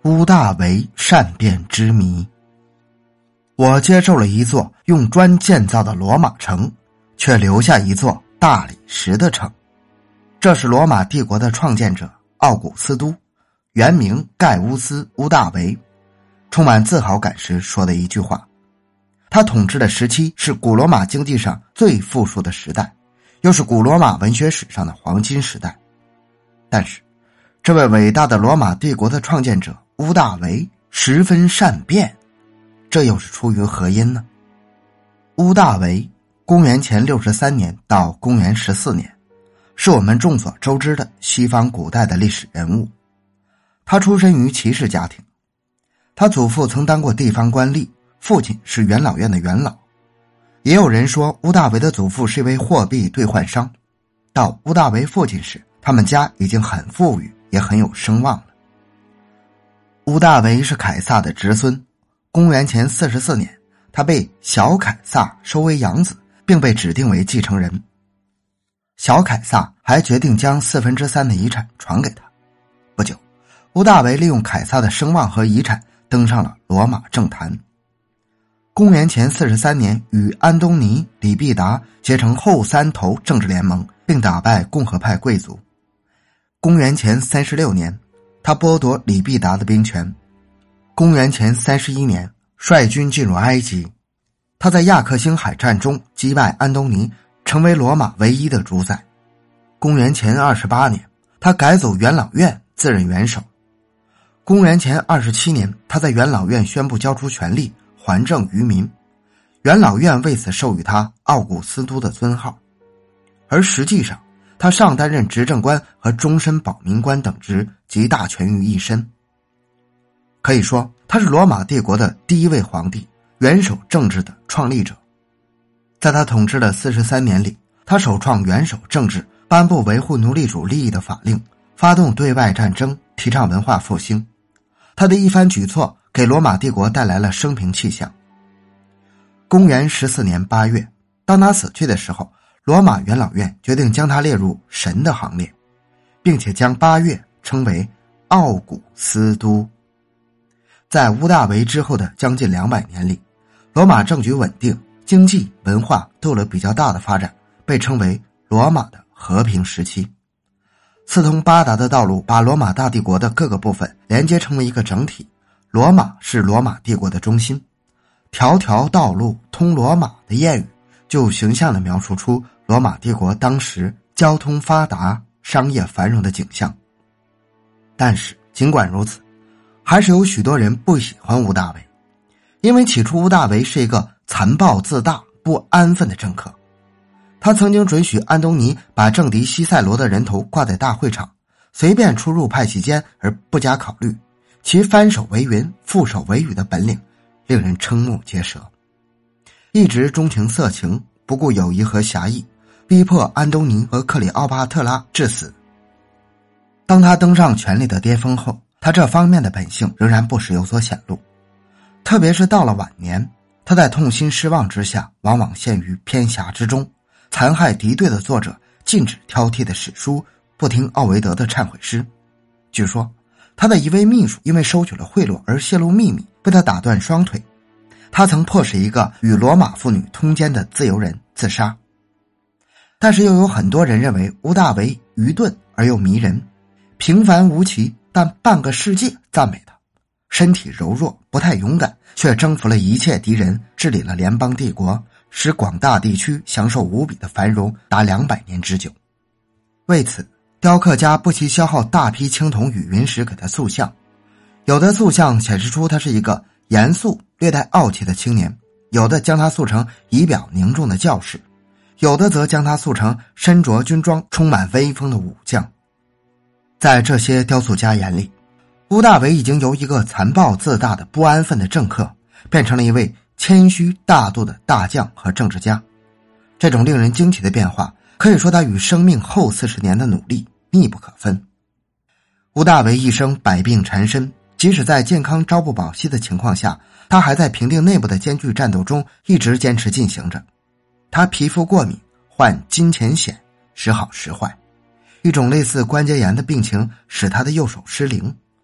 屋大维善变之谜。我接受了一座用砖建造的罗马城，却留下一座大理石的城。这是罗马帝国的创建者奥古斯都，原名盖乌斯·屋大维，充满自豪感时说的一句话。他统治的时期是古罗马经济上最富庶的时代，又是古罗马文学史上的黄金时代。但是这位伟大的罗马帝国的创建者屋大维十分善变，这又是出于何因呢？屋大维公元前63年到公元14年，是我们众所周知的西方古代的历史人物。他出身于骑士家庭，他祖父曾当过地方官吏，父亲是元老院的元老。也有人说屋大维的祖父是一位货币兑换商，到屋大维父亲时，他们家已经很富裕，也很有声望了。屋大维是凯撒的侄孙，公元前44年，他被小凯撒收为养子，并被指定为继承人。小凯撒还决定将3/4的遗产传给他。不久，屋大维利用凯撒的声望和遗产登上了罗马政坛。公元前43年，与安东尼、李必达结成后三头政治联盟，并打败共和派贵族。公元前36年，他剥夺李必达的兵权。公元前31年，率军进入埃及。他在亚克星海战中击败安东尼，成为罗马唯一的主宰。公元前28年，他改组元老院，自任元首。公元前27年，他在元老院宣布交出权力，还政于民。元老院为此授予他奥古斯都的尊号。而实际上，他上担任执政官和终身保民官等职，集大权于一身。可以说，他是罗马帝国的第一位皇帝，元首政治的创立者。在他统治的43年里，他首创元首政治，颁布维护奴隶主利益的法令，发动对外战争，提倡文化复兴。他的一番举措给罗马帝国带来了升平气象。公元14年8月，当他死去的时候，罗马元老院决定将他列入神的行列，并且将8月称为奥古斯都。在屋大维之后的将近200年里，罗马政局稳定，经济文化都有了比较大的发展，被称为罗马的和平时期。四通八达的道路把罗马大帝国的各个部分连接成为一个整体，罗马是罗马帝国的中心。条条道路通罗马的谚语就形象地描述出罗马帝国当时交通发达、商业繁荣的景象。但是尽管如此，还是有许多人不喜欢屋大维，因为起初屋大维是一个残暴自大、不安分的政客。他曾经准许安东尼把政敌西塞罗的人头挂在大会场，随便出入派系间而不加考虑，其翻手为云、覆手为雨的本领令人瞠目结舌。一直钟情色情，不顾友谊和侠义，逼迫安东尼和克里奥帕特拉致死。当他登上权力的巅峰后，他这方面的本性仍然不时有所显露，特别是到了晚年，他在痛心失望之下，往往陷于偏狭之中，残害敌对的作者，禁止挑剔的史书，不听奥维德的忏悔诗。据说他的一位秘书因为收取了贿赂而泄露秘密，被他打断双腿。他曾迫使一个与罗马妇女通奸的自由人自杀。但是又有很多人认为屋大维愚钝而又迷人，平凡无奇，但半个世界赞美他。身体柔弱，不太勇敢，却征服了一切敌人，治理了联邦帝国，使广大地区享受无比的繁荣，达200年之久。为此，雕刻家不惜消耗大批青铜与云石给他塑像。有的塑像显示出他是一个严肃略带傲气的青年，有的将他塑成仪表凝重的教士，有的则将他塑成身着军装充满威风的武将。在这些雕塑家眼里，屋大维已经由一个残暴自大的不安分的政客变成了一位谦虚大度的大将和政治家。这种令人惊奇的变化，可以说他与生命后40年的努力密不可分。屋大维一生百病缠身，即使在健康朝不保夕的情况下，他还在平定内部的艰巨战斗中一直坚持进行着。他皮肤过敏，患金钱癣，时好时坏，一种类似关节炎的病情使他的右手失灵。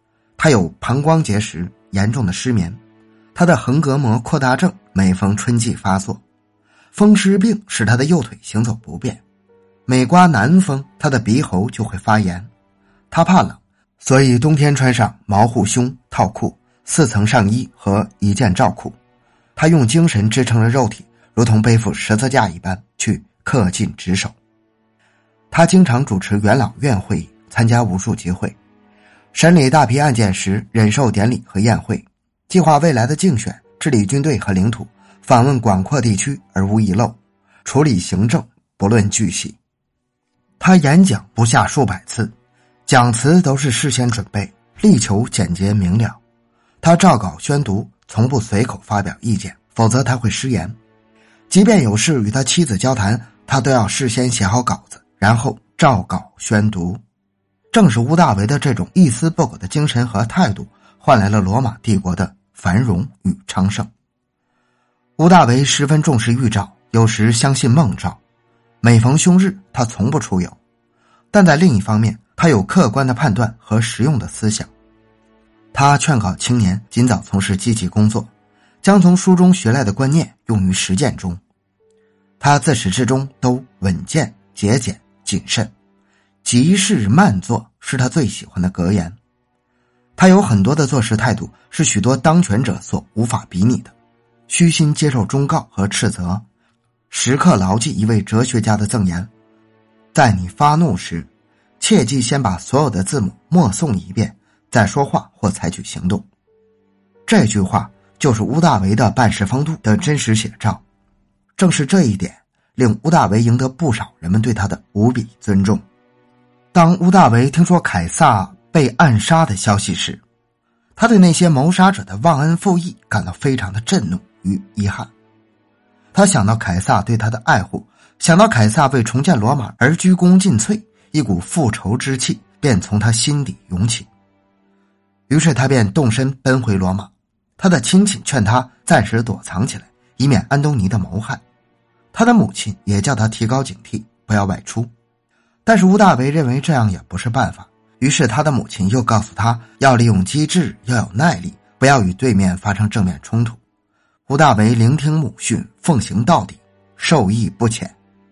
他有膀胱结石，严重的失眠，他的横膈膜扩大症每逢春季发作，风湿病使他的右腿行走不便，每刮南风他的鼻喉就会发炎，他怕冷，所以冬天穿上毛护胸、套裤、4层上衣和1件罩裤，他用精神支撑着肉体，如同背负十字架一般去恪尽职守。他经常主持元老院会议，参加无数集会，审理大批案件时忍受典礼和宴会，计划未来的竞选，治理军队和领土，访问广阔地区而无遗漏，处理行政不论巨细。他演讲不下数百次，讲词都是事先准备，力求简洁明了。他照稿宣读，从不随口发表意见，否则他会失言。即便有事与他妻子交谈，他都要事先写好稿子，然后照稿宣读。正是屋大维的这种一丝不苟的精神和态度，换来了罗马帝国的繁荣与昌盛。屋大维十分重视预兆，有时相信梦兆，每逢凶日他从不出游，但在另一方面他有客观的判断和实用的思想。他劝告青年尽早从事积极工作，将从书中学来的观念用于实践中。他自始至终都稳健、节俭、谨慎，急事慢做是他最喜欢的格言。他有很多的做事态度是许多当权者所无法比拟的，虚心接受忠告和斥责，时刻牢记一位哲学家的赠言：在你发怒时，切记先把所有的字母默诵一遍，再说话或采取行动。这句话就是屋大维的办事风度的真实写照。正是这一点令屋大维赢得不少人们对他的无比尊重。当屋大维听说凯撒被暗杀的消息时，他对那些谋杀者的忘恩负义感到非常的震怒与遗憾。他想到凯撒对他的爱护，想到凯撒为重建罗马而鞠躬尽瘁，一股复仇之气便从他心底涌起。于是他便动身奔回罗马，他的亲戚劝他暂时躲藏起来，以免安东尼的谋害。他的母亲也叫他提高警惕，不要外出。但是屋大维认为这样也不是办法，于是他的母亲又告诉他要利用机智，要有耐力，不要与对面发生正面冲突。屋大维聆听母训，奉行到底，受益不浅。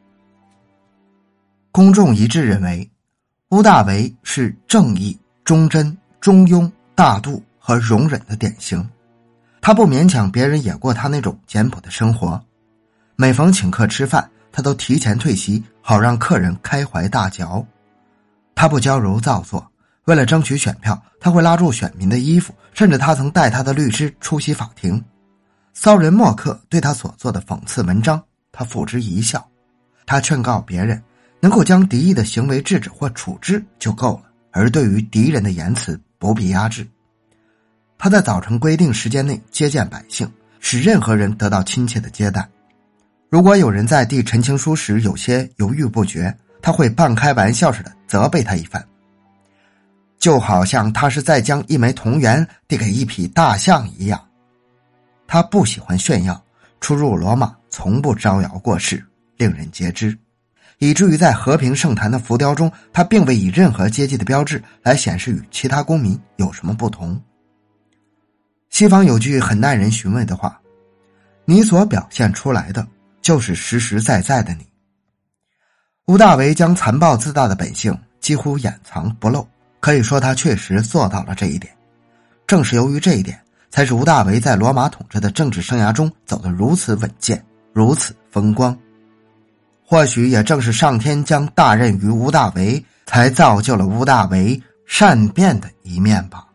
公众一致认为，屋大维是正义、忠贞、中庸、大度和容忍的典型。他不勉强别人也过他那种简朴的生活，每逢请客吃饭，他都提前退席，好让客人开怀大嚼。他不娇柔造作，为了争取选票，他会拉住选民的衣服，甚至他曾带他的律师出席法庭。骚人墨客对他所做的讽刺文章，他付之一笑。他劝告别人，能够将敌意的行为制止或处置就够了，而对于敌人的言辞不必压制。他在早晨规定时间内接见百姓，使任何人得到亲切的接待。如果有人在递陈情书时有些犹豫不决，他会半开玩笑似的责备他一番，就好像他是在将一枚铜元递给一匹大象一样。他不喜欢炫耀，出入罗马从不招摇过市，令人皆知，以至于在和平圣坛的浮雕中，他并未以任何阶级的标志来显示与其他公民有什么不同。西方有句很耐人寻味的话：你所表现出来的就是实实在在的你。屋大维将残暴自大的本性几乎掩藏不露，可以说他确实做到了这一点。正是由于这一点，才使屋大维在罗马统治的政治生涯中走得如此稳健，如此风光。或许也正是上天将大任于屋大维，才造就了屋大维善变的一面吧。